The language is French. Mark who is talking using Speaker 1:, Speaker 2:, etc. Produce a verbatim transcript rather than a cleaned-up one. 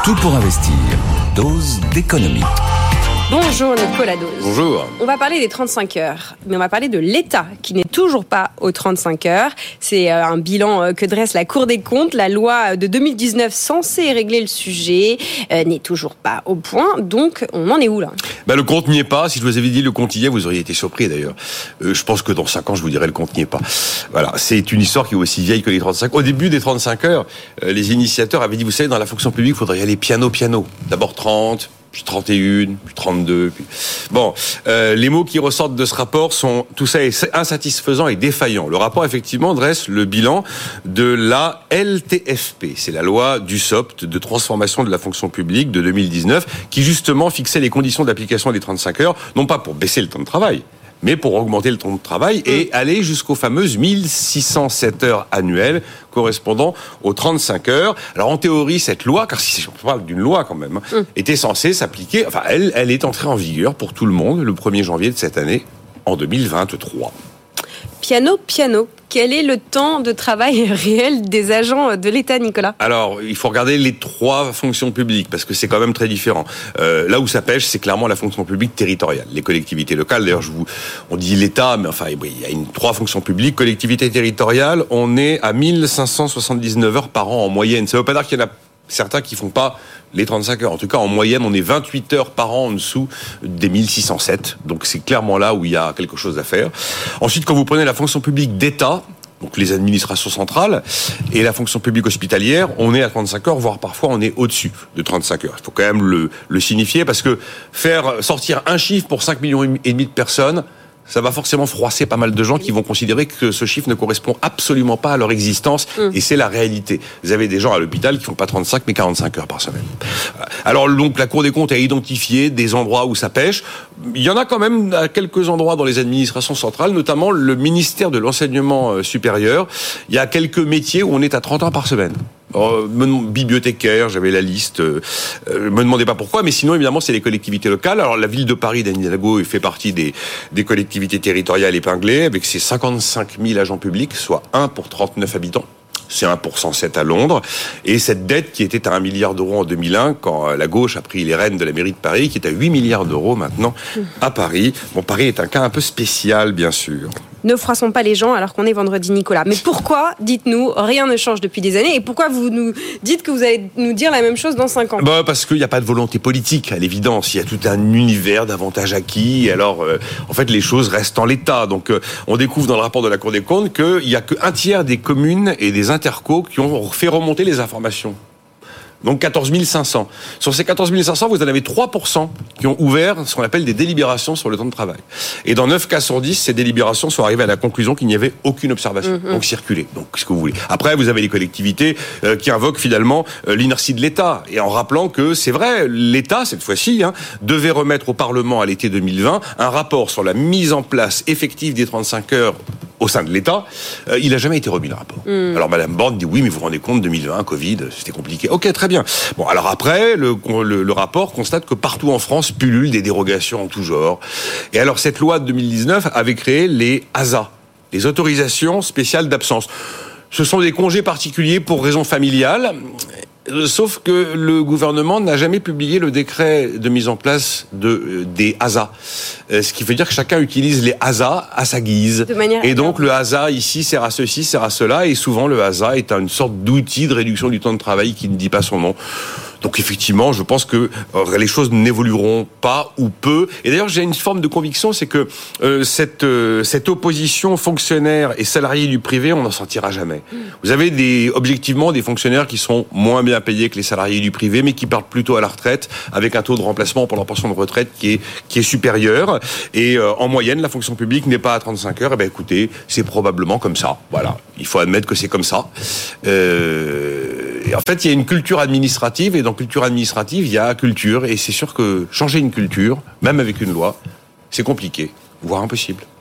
Speaker 1: Tout pour investir. Dose d'économie.
Speaker 2: Bonjour Nicolas Dose.
Speaker 3: Bonjour.
Speaker 2: On va parler des trente-cinq heures, mais on va parler de l'État qui n'est toujours pas aux trente-cinq heures. C'est un bilan que dresse la Cour des comptes. La loi de deux mille dix-neuf censée régler le sujet euh, n'est toujours pas au point. Donc on en est où là ?
Speaker 3: Bah, le compte n'y est pas. Si je vous avais dit le compte y est, vous auriez été surpris d'ailleurs. Euh, je pense que dans cinq ans, je vous dirais le compte n'y est pas. Voilà, c'est une histoire qui est aussi vieille que les trente-cinq. Au début des trente-cinq heures, euh, les initiateurs avaient dit, vous savez, dans la fonction publique, il faudrait y aller piano piano. D'abord trente. Puis trente et un, puis trente-deux. Puis... Bon, euh, les mots qui ressortent de ce rapport sont, tout ça est insatisfaisant et défaillant. Le rapport, effectivement, dresse le bilan de la L T F P. C'est la loi du S O P T de transformation de la fonction publique de deux mille dix-neuf, qui justement fixait les conditions d'application des trente-cinq heures, non pas pour baisser le temps de travail, mais pour augmenter le temps de travail et aller jusqu'aux fameuses mille six cent sept heures annuelles correspondant aux trente-cinq heures. Alors en théorie, cette loi, car si on parle d'une loi quand même, hein, était censée s'appliquer, enfin elle, elle est entrée en vigueur pour tout le monde le premier janvier de cette année, en deux mille vingt-trois.
Speaker 2: Piano, piano. Quel est le temps de travail réel des agents de l'État, Nicolas ?
Speaker 3: Alors, il faut regarder les trois fonctions publiques, parce que c'est quand même très différent. Euh, là où ça pêche, c'est clairement la fonction publique territoriale, les collectivités locales. D'ailleurs, je vous, on dit l'État, mais enfin, oui, il y a une trois fonctions publiques. Collectivités territoriales, on est à mille cinq cent soixante-dix-neuf heures par an en moyenne. Ça ne veut pas dire qu'il y en a certains qui font pas les trente-cinq heures. En tout cas, en moyenne, on est vingt-huit heures par an en dessous des mille six cent sept. Donc, c'est clairement là où il y a quelque chose à faire. Ensuite, quand vous prenez la fonction publique d'État, donc les administrations centrales, et la fonction publique hospitalière, on est à trente-cinq heures, voire parfois on est au-dessus de trente-cinq heures. Il faut quand même le, le signifier, parce que faire sortir un chiffre pour cinq millions et demi de personnes, ça va forcément froisser pas mal de gens qui vont considérer que ce chiffre ne correspond absolument pas à leur existence, mmh. et c'est la réalité. Vous avez des gens à l'hôpital qui font pas trente-cinq mais quarante-cinq heures par semaine. Alors donc la Cour des comptes a identifié des endroits où ça pêche. Il y en a quand même à quelques endroits dans les administrations centrales, notamment le ministère de l'enseignement supérieur. Il y a quelques métiers où on est à trente heures par semaine. Alors, bibliothécaire, j'avais la liste. Euh, me demandez pas pourquoi, mais sinon évidemment c'est les collectivités locales. Alors la ville de Paris, d'Anne Hidalgo, fait partie des, des collectivités territoriales épinglées avec ses cinquante-cinq mille agents publics, soit un pour trente-neuf habitants. C'est un pour cent sept à Londres. Et cette dette qui était à un milliard d'euros en deux mille un, quand la gauche a pris les rênes de la mairie de Paris, qui est à huit milliards d'euros maintenant à Paris. Bon, Paris est un cas un peu spécial, bien sûr.
Speaker 2: Ne froissons pas les gens alors qu'on est vendredi, Nicolas. Mais pourquoi, dites-nous, rien ne change depuis des années ? Et pourquoi vous nous dites que vous allez nous dire la même chose dans cinq ans ?
Speaker 3: Bah parce qu'il n'y a pas de volonté politique, à l'évidence. Il y a tout un univers d'avantages acquis. Et alors, euh, en fait, les choses restent en l'état. Donc, euh, on découvre dans le rapport de la Cour des comptes qu'il n'y a qu'un tiers des communes et des intercos qui ont fait remonter les informations. Donc quatorze mille cinq cents. Sur ces quatorze mille cinq cents, vous en avez trois pour cent qui ont ouvert ce qu'on appelle des délibérations sur le temps de travail. Et dans neuf cas sur dix, ces délibérations sont arrivées à la conclusion qu'il n'y avait aucune observation. Mmh. Donc circuler. Donc ce que vous voulez. Après, vous avez les collectivités euh, qui invoquent finalement euh, l'inertie de l'État. Et en rappelant que c'est vrai, l'État, cette fois-ci, hein, devait remettre au Parlement à l'été deux mille vingt un rapport sur la mise en place effective des trente-cinq heures au sein de l'État. Euh, il n'a jamais été remis le rapport. Mmh. Alors Madame Borne dit oui, mais vous vous rendez compte, deux mille vingt, Covid, c'était compliqué. Ok, très bien. Bon, alors après, le, le, le rapport constate que partout en France pullulent des dérogations en tout genre. Et alors cette loi de deux mille dix-neuf avait créé les A S A, les autorisations spéciales d'absence. Ce sont des congés particuliers pour raisons familiales. Sauf que le gouvernement n'a jamais publié le décret de mise en place de, des A S A. Ce qui veut dire que chacun utilise les A S A à sa guise. Et donc le A S A ici sert à ceci, sert à cela. Et souvent le A S A est une sorte d'outil de réduction du temps de travail qui ne dit pas son nom. Donc effectivement, je pense que euh, les choses n'évolueront pas ou peu. Et d'ailleurs, j'ai une forme de conviction, c'est que euh, cette euh, cette opposition fonctionnaires et salariés du privé, on n'en sortira jamais. Vous avez des objectivement des fonctionnaires qui sont moins bien payés que les salariés du privé, mais qui partent plutôt à la retraite avec un taux de remplacement pour leur pension de retraite qui est qui est supérieur. Et euh, en moyenne, la fonction publique n'est pas à trente-cinq heures. Et ben écoutez, c'est probablement comme ça. Voilà, il faut admettre que c'est comme ça. Euh, et en fait, il y a une culture administrative et dans culture administrative, il y a culture, et c'est sûr que changer une culture, même avec une loi, c'est compliqué, voire impossible.